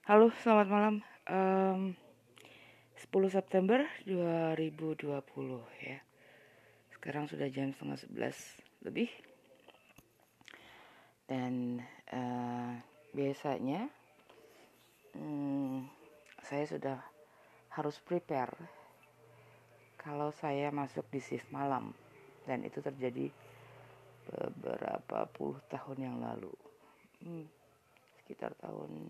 Halo, selamat malam. 10 September 2020 ya. Sekarang sudah jam setengah 11 lebih. Dan biasanya saya sudah harus prepare kalau saya masuk di shift malam. Dan itu terjadi beberapa puluh tahun yang lalu. Sekitar tahun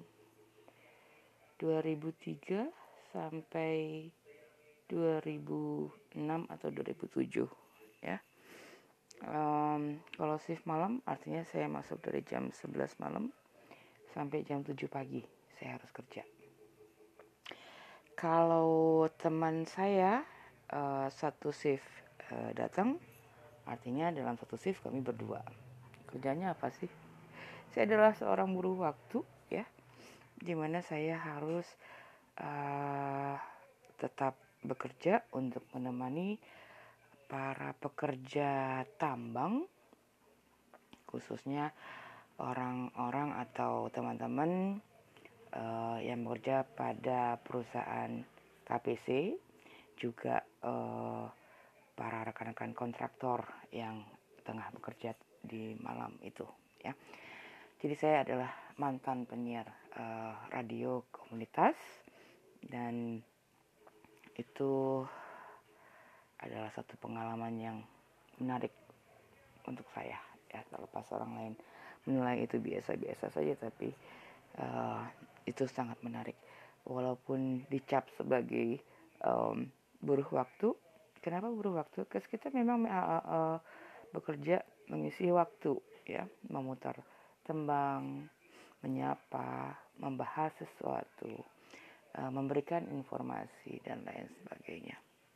2003 sampai 2006 atau 2007 ya. Kalau shift malam artinya saya masuk dari jam 11 malam sampai jam 7 pagi saya harus kerja. Kalau teman saya satu shift datang, artinya dalam satu shift kami berdua. Kerjanya apa sih? Saya adalah seorang buruh waktu ya, dimana saya harus tetap bekerja untuk menemani para pekerja tambang, khususnya orang-orang atau teman-teman yang bekerja pada perusahaan KPC, juga para rekan-rekan kontraktor yang tengah bekerja di malam itu ya. Jadi saya adalah mantan penyiar radio komunitas, dan itu adalah satu pengalaman yang menarik untuk saya ya. Terlepas orang lain menilai itu biasa-biasa saja, tapi itu sangat menarik. Walaupun dicap sebagai buruh waktu. Kenapa buruh waktu? Karena kita memang bekerja mengisi waktu ya, memutar tembang, menyapa, membahas sesuatu, memberikan informasi dan lain sebagainya.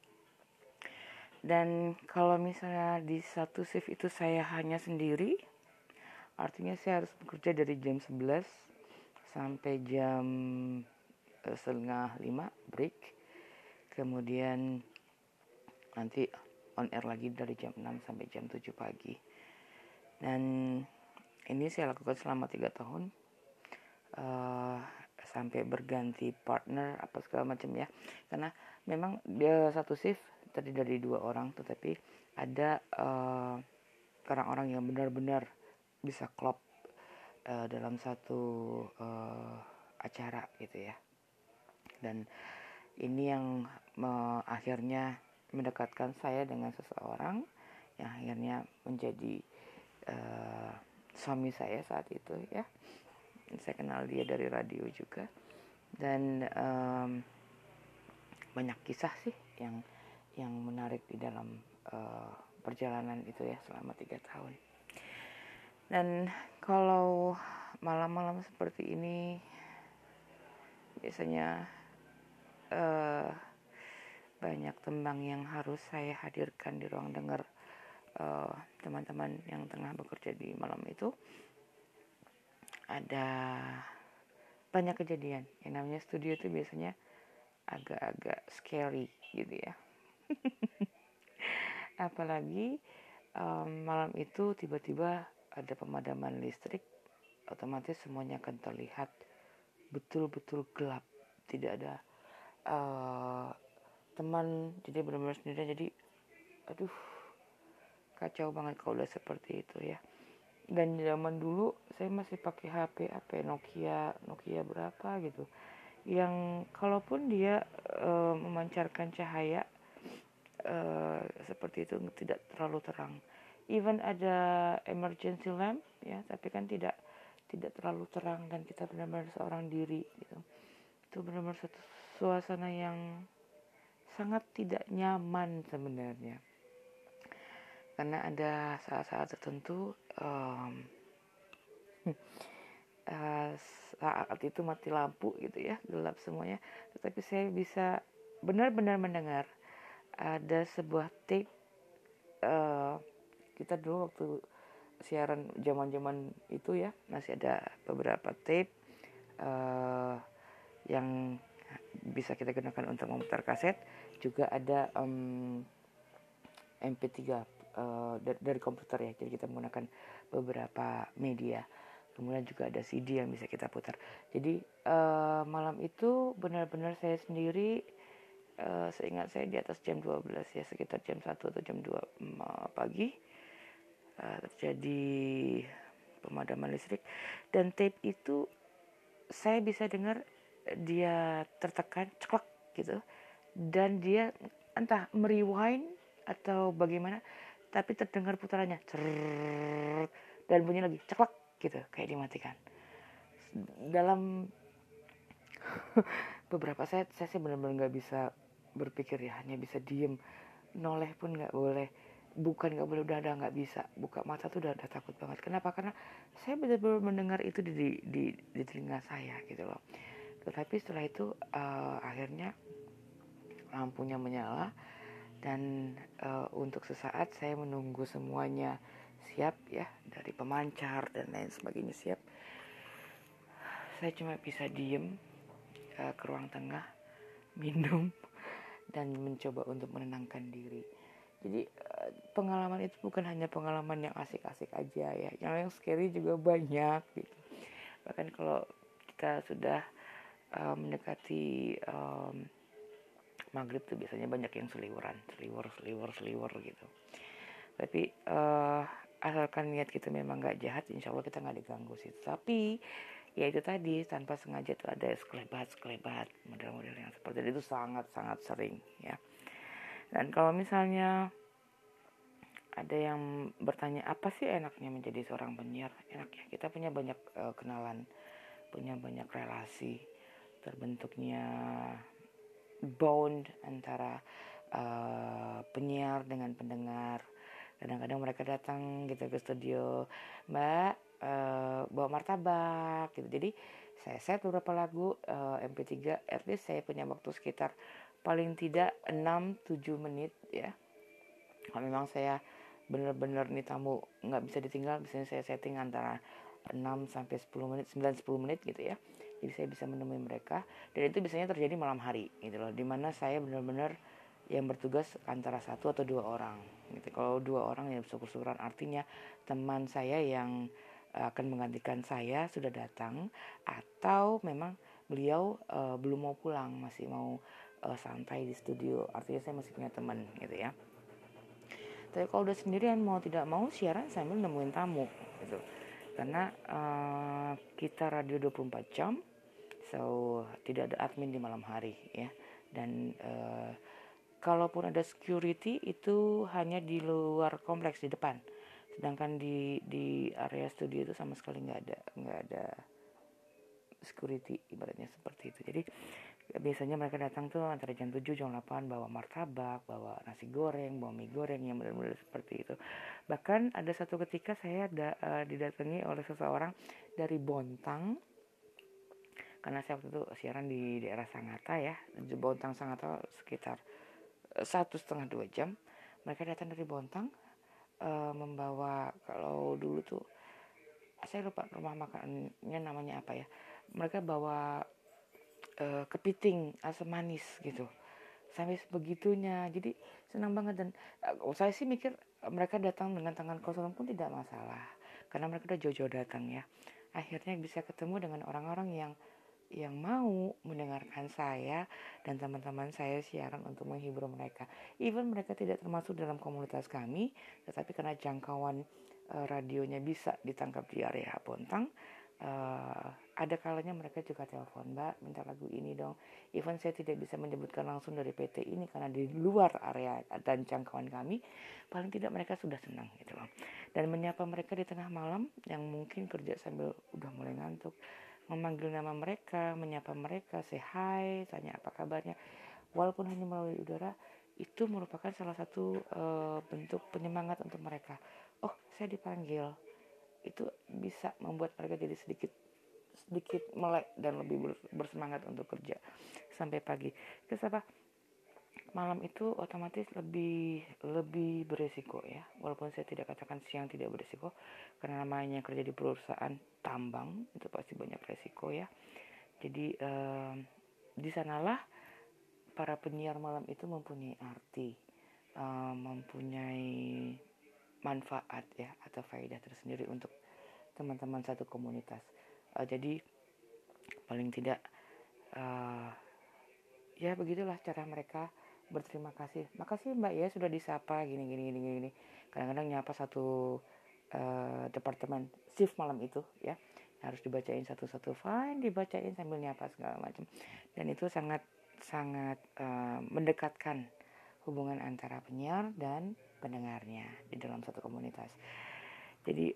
Dan kalau misalnya di satu shift itu saya hanya sendiri, artinya saya harus bekerja dari jam 11 sampai jam setengah 5 break. Kemudian nanti on air lagi dari jam 6 sampai jam 7 pagi. Dan ini saya lakukan selama 3 tahun. Sampai berganti partner apa segala macam ya. Karena memang dia satu shift terdiri dari 2 orang, tetapi ada orang-orang yang benar-benar bisa klop dalam satu acara gitu ya. Dan ini yang akhirnya mendekatkan saya dengan seseorang yang akhirnya menjadi suami saya saat itu ya. Saya kenal dia dari radio juga, dan banyak kisah sih yang menarik di dalam perjalanan itu ya selama 3 tahun. Dan kalau malam-malam seperti ini biasanya banyak tembang yang harus saya hadirkan di ruang dengar teman-teman yang tengah bekerja di malam itu. Ada banyak kejadian. Yang namanya studio itu biasanya agak-agak scary gitu ya. Apalagi malam itu tiba-tiba ada pemadaman listrik, otomatis semuanya akan terlihat betul-betul gelap. Tidak ada teman, jadi benar-benar sendirian. Jadi aduh, kacau banget kalau udah seperti itu ya. Dan zaman dulu saya masih pakai HP Nokia berapa gitu, yang kalaupun dia memancarkan cahaya seperti itu tidak terlalu terang. Even ada emergency lamp ya, tapi kan tidak terlalu terang, dan kita benar-benar seorang diri gitu. Itu benar-benar satu suasana yang sangat tidak nyaman sebenarnya. Karena ada saat-saat tertentu saat itu mati lampu gitu ya, gelap semuanya, tetapi saya bisa benar-benar mendengar ada sebuah tape. Kita dulu waktu siaran zaman-zaman itu ya, masih ada beberapa tape yang bisa kita gunakan untuk memutar kaset. Juga ada MP3 dari komputer ya, jadi kita menggunakan beberapa media. kemudian juga ada CD yang bisa kita putar. Jadi malam itu benar-benar saya sendiri, seingat saya di atas jam 12 ya, sekitar jam 1 atau jam 2 pagi terjadi pemadaman listrik, dan tape itu saya bisa dengar dia tertekan ceklek gitu, dan dia entah merewind atau bagaimana, tapi terdengar putarannya cerrrr, dan bunyi lagi ceklek gitu, kayak dimatikan. Dalam beberapa saya sih benar-benar nggak bisa berpikir ya, hanya bisa diem, noleh pun nggak boleh, bukan nggak boleh, udah nggak bisa buka mata tuh, udah takut banget. Kenapa? Karena saya benar-benar mendengar itu di telinga saya gitu loh. Tetapi setelah itu akhirnya lampunya menyala, dan untuk sesaat saya menunggu semuanya siap ya, dari pemancar dan lain sebagainya siap. Saya cuma bisa diem ke ruang tengah, minum, dan mencoba untuk menenangkan diri. Jadi pengalaman itu bukan hanya pengalaman yang asik-asik aja ya, yang scary juga banyak gitu. Bahkan kalau kita sudah mendekati maghrib tuh biasanya banyak yang seliwer gitu. Tapi asalkan niat kita memang nggak jahat, insya Allah kita nggak diganggu sih. Tapi ya itu tadi, tanpa sengaja tuh ada sekelebat model-model yang seperti itu sangat sering ya. Dan kalau misalnya ada yang bertanya apa sih enaknya menjadi seorang penyiar, enaknya kita punya banyak kenalan, punya banyak relasi, terbentuknya bond antara penyiar dengan pendengar. Kadang-kadang mereka datang gitu ke studio, Mbak bawa martabak gitu. Jadi saya set beberapa lagu MP3, at least saya punya waktu sekitar paling tidak 6-7 menit ya. Kalau memang saya benar-benar nih tamu nggak bisa ditinggal, biasanya saya setting antara 6-10 menit, 9-10 menit gitu ya. Jadi saya bisa menemui mereka, dan itu biasanya terjadi malam hari gitu loh, dimana saya benar-benar yang bertugas antara 1 atau 2 orang gitu. Kalau 2 orang ya syukur-syukuran, artinya teman saya yang akan menggantikan saya sudah datang, atau memang beliau belum mau pulang, masih mau santai di studio, artinya saya masih punya teman gitu ya. Tapi kalau udah sendirian, mau tidak mau siaran sambil nemuin tamu gitu. Karena kita radio 24 jam, so tidak ada admin di malam hari ya. Dan kalaupun ada security itu hanya di luar kompleks, di depan. Sedangkan di area studio itu sama sekali nggak ada security, ibaratnya seperti itu. Jadi biasanya mereka datang tuh antara jam 7 jam 8 bawa martabak, bawa nasi goreng, bawa mie goreng, yang benar-benar seperti itu. Bahkan ada satu ketika saya didatangi oleh seseorang dari Bontang, karena saya waktu itu siaran di daerah Sangatta ya, di Bontang Sangatta sekitar 1,5-2 jam. Mereka datang dari Bontang membawa, kalau dulu tuh saya lupa rumah makannya namanya apa ya, mereka bawa kepiting asam manis gitu, sampai sebegitunya. Jadi senang banget. Dan saya sih mikir mereka datang dengan tangan kosong pun tidak masalah, karena mereka udah jauh-jauh datang ya. Akhirnya bisa ketemu dengan orang-orang yang mau mendengarkan saya dan teman-teman saya siaran untuk menghibur mereka. Even mereka tidak termasuk dalam komunitas kami, tetapi karena jangkauan radionya bisa ditangkap di area Bontang, ada kalanya mereka juga telepon, Mbak minta lagu ini dong. Even saya tidak bisa menyebutkan langsung dari PT ini karena di luar area dan jangkauan kami, paling tidak mereka sudah senang gitu loh. Dan menyapa mereka di tengah malam yang mungkin kerja sambil udah mulai ngantuk, memanggil nama mereka, menyapa mereka, say hi, tanya apa kabarnya, walaupun hanya melalui udara, itu merupakan salah satu bentuk penyemangat untuk mereka. Oh, saya dipanggil. Itu bisa membuat mereka jadi sedikit melek dan lebih bersemangat untuk kerja sampai pagi. Terus apa? Malam itu otomatis lebih beresiko ya. Walaupun saya tidak katakan siang tidak beresiko, karena namanya kerja di perusahaan tambang itu pasti banyak resiko ya. Jadi di sanalah para penyiar malam itu mempunyai arti, mempunyai manfaat ya, atau faedah tersendiri untuk teman-teman satu komunitas. Jadi paling tidak ya begitulah cara mereka berterima kasih. Makasih Mbak ya sudah disapa gini. Kadang-kadang nyapa satu departemen shift malam itu ya, harus dibacain satu-satu, fine dibacain sambil nyapa segala macam. Dan itu sangat mendekatkan hubungan antara penyiar dan pendengarnya di dalam satu komunitas. Jadi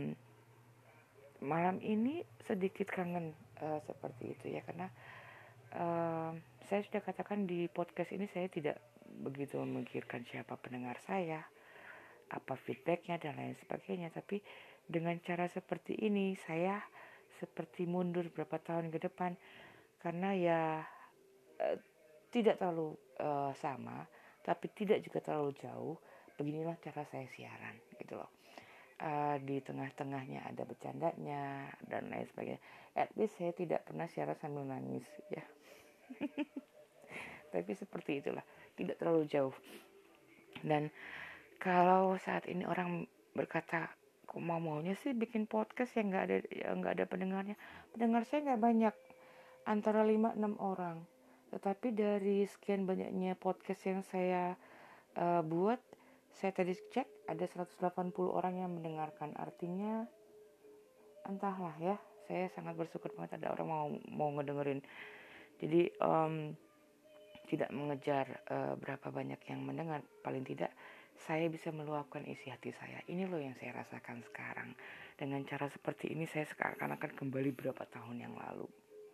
malam ini sedikit kangen seperti itu ya, karena saya sudah katakan di podcast ini saya tidak begitu memikirkan siapa pendengar saya, apa feedbacknya dan lain sebagainya. Tapi dengan cara seperti ini saya seperti mundur beberapa tahun ke depan, karena ya tidak terlalu sama, tapi tidak juga terlalu jauh. Beginilah cara saya siaran gitu loh. Di tengah-tengahnya ada bercandanya dan lain sebagainya. At least saya tidak pernah siaran sambil nangis ya. Tapi seperti itulah, tidak terlalu jauh. Dan kalau saat ini orang berkata, kok maunya sih bikin podcast yang nggak ada pendengarnya. Pendengar saya nggak banyak, antara 5-6 orang. Tetapi dari sekian banyaknya podcast yang saya buat, saya tadi cek ada 180 orang yang mendengarkan. Artinya entahlah ya, saya sangat bersyukur banget ada orang mau ngedengerin. Jadi tidak mengejar berapa banyak yang mendengar, paling tidak saya bisa meluapkan isi hati saya. Ini loh yang saya rasakan sekarang. Dengan cara seperti ini saya seakan-akan kembali berapa tahun yang lalu.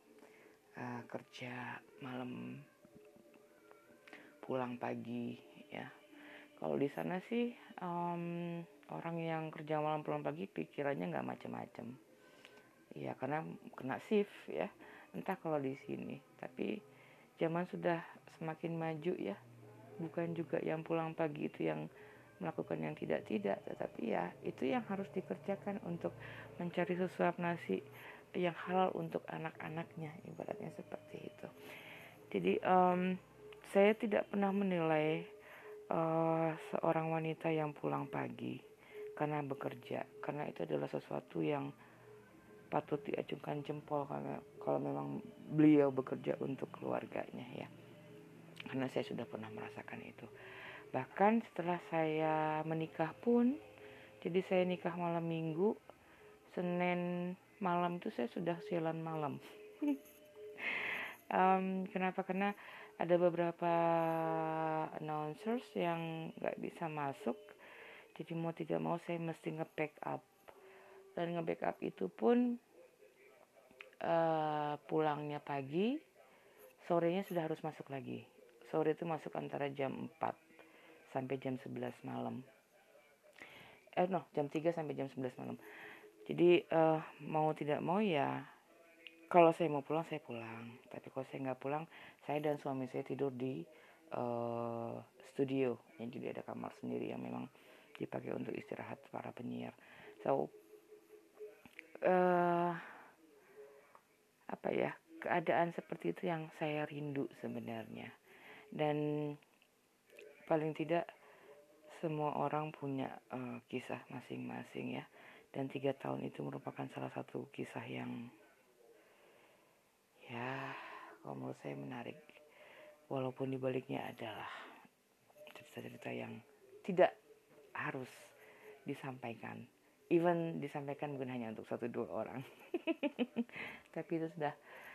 Kerja malam, pulang pagi ya. Kalau di sana sih orang yang kerja malam pulang pagi pikirannya nggak macam-macam. Ya karena kena shift ya. Entah kalau di sini, tapi zaman sudah semakin maju ya. Bukan juga yang pulang pagi itu yang melakukan yang tidak-tidak, tetapi ya itu yang harus dikerjakan untuk mencari sesuap nasi yang halal untuk anak-anaknya, ibaratnya seperti itu. Jadi saya tidak pernah menilai seorang wanita yang pulang pagi karena bekerja, karena itu adalah sesuatu yang patut diacungkan jempol kalau memang beliau bekerja untuk keluarganya ya. Karena saya sudah pernah merasakan itu. Bahkan setelah saya menikah pun, jadi saya nikah malam Minggu, Senin malam itu saya sudah siaran malam. Kenapa? Karena ada beberapa announcers yang gak bisa masuk, jadi mau tidak mau saya mesti nge-backup. Dan nge-backup itu pun pulangnya pagi, sorenya sudah harus masuk lagi. Sore itu masuk antara jam 4 sampai jam 11 malam. Jam 3 sampai jam 11 malam. Jadi mau tidak mau ya, kalau saya mau pulang saya pulang. Tapi kalau saya nggak pulang, saya dan suami saya tidur di studio. Jadi ada kamar sendiri yang memang dipakai untuk istirahat para penyiar. So keadaan seperti itu yang saya rindu sebenarnya. Dan paling tidak semua orang punya kisah masing-masing ya. Dan 3 tahun itu merupakan salah satu kisah yang ya kalau menurut saya menarik. Walaupun dibaliknya adalah cerita-cerita yang tidak harus disampaikan. Even disampaikan bukan hanya untuk 1-2 orang. Tapi itu sudah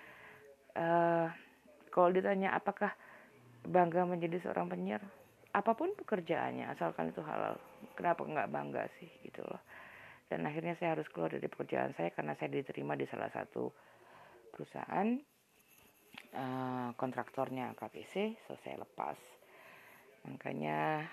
kalau ditanya apakah bangga menjadi seorang penyiar, apapun pekerjaannya asalkan itu halal, kenapa nggak bangga sih gitu loh. Dan akhirnya saya harus keluar dari pekerjaan saya karena saya diterima di salah satu perusahaan kontraktornya KPC, so saya lepas. Makanya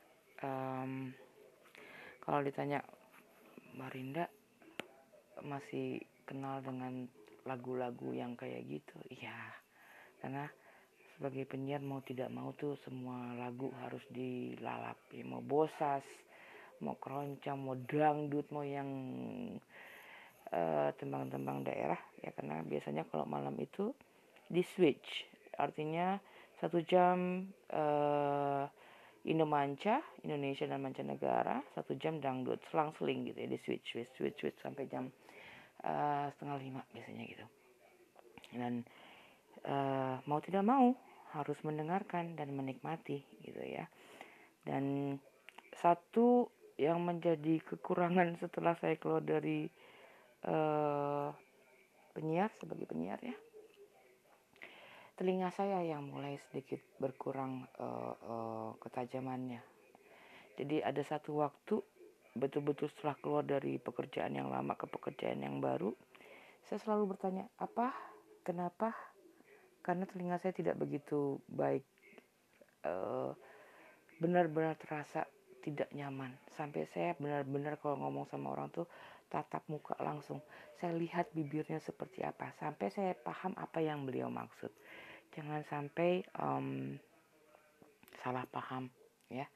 kalau ditanya Marinda masih kenal dengan lagu-lagu yang kayak gitu, iya, karena sebagai penyiar mau tidak mau tuh semua lagu harus dilalap ya, mau bosas, mau keroncong, mau dangdut, mau yang tembang-tembang daerah ya, karena biasanya kalau malam itu di switch, artinya 1 jam Indomanca, Indonesia dan mancanegara, 1 jam dangdut, selang-seling gitu ya, di switch sampai jam 4:30 biasanya gitu. Dan mau tidak mau harus mendengarkan dan menikmati gitu ya. Dan satu yang menjadi kekurangan setelah saya keluar dari sebagai penyiar ya, telinga saya yang mulai sedikit berkurang ketajamannya. Jadi ada satu waktu betul-betul setelah keluar dari pekerjaan yang lama ke pekerjaan yang baru, saya selalu bertanya, kenapa? Karena telinga saya tidak begitu baik, benar-benar terasa tidak nyaman. Sampai saya benar-benar kalau ngomong sama orang tuh tatap muka langsung. Saya lihat bibirnya seperti apa, sampai saya paham apa yang beliau maksud. Jangan sampai salah paham ya.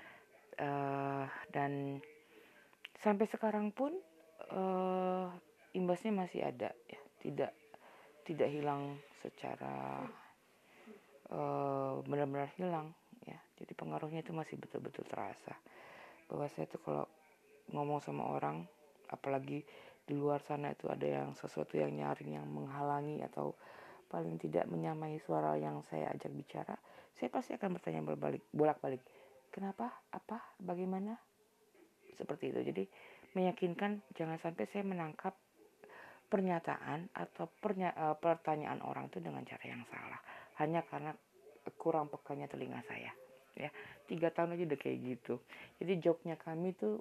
Dan sampai sekarang pun imbasnya masih ada ya, tidak hilang secara benar-benar hilang ya. Jadi pengaruhnya itu masih betul-betul terasa, bahwa saya tuh kalau ngomong sama orang, apalagi di luar sana itu ada yang sesuatu yang nyaring, yang menghalangi atau paling tidak menyamai suara yang saya ajak bicara, saya pasti akan bertanya bolak-balik, kenapa, apa, bagaimana, seperti itu. Jadi meyakinkan jangan sampai saya menangkap pernyataan atau pertanyaan orang itu dengan cara yang salah, hanya karena kurang pekanya telinga saya ya. 3 tahun aja udah kayak gitu. Jadi joknya kami tuh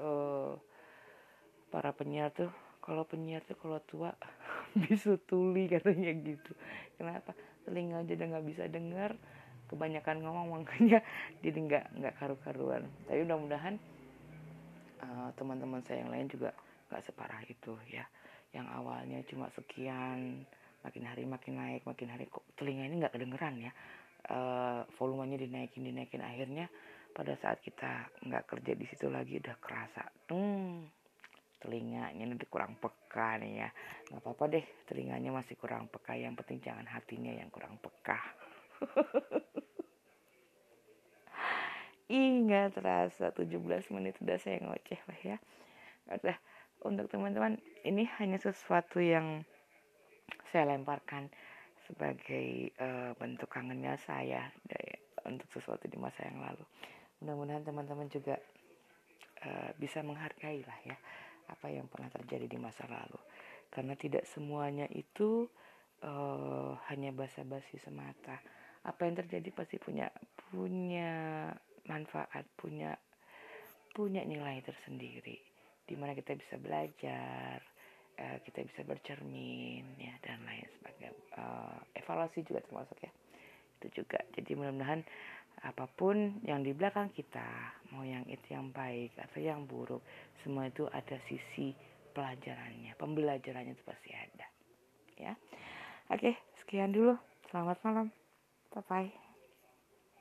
para penyiar tuh, kalau tua bisu tuli katanya gitu. Kenapa? Telinga aja udah nggak bisa dengar, kebanyakan ngomong, makanya jadi nggak karu-karuan. Tapi mudah-mudahan teman-teman saya yang lain juga nggak separah itu ya. Yang awalnya cuma sekian, makin hari makin naik, kok telinga ini nggak kedengeran ya. Volumenya dinaikin, akhirnya pada saat kita nggak kerja di situ lagi udah kerasa telinganya udah kurang peka nih ya. Nggak apa-apa deh, telinganya masih kurang peka, yang penting jangan hatinya yang kurang peka. Nggak terasa 17 menit udah saya ngoceh lah ya. Udah, untuk teman-teman, ini hanya sesuatu yang saya lemparkan sebagai bentuk kangennya saya untuk sesuatu di masa yang lalu. Mudah-mudahan teman-teman juga bisa menghargai lah ya apa yang pernah terjadi di masa lalu, karena tidak semuanya itu hanya basa-basi semata. Apa yang terjadi pasti punya manfaat, punya nilai tersendiri, di mana kita bisa belajar, kita bisa bercermin ya, dan lain sebagainya. Evaluasi juga termasuk ya, itu juga. Jadi mudah-mudahan apapun yang di belakang kita, mau yang itu yang baik atau yang buruk, semua itu ada sisi pelajarannya, pembelajarannya itu pasti ada ya. Oke, sekian dulu, selamat malam, bye bye.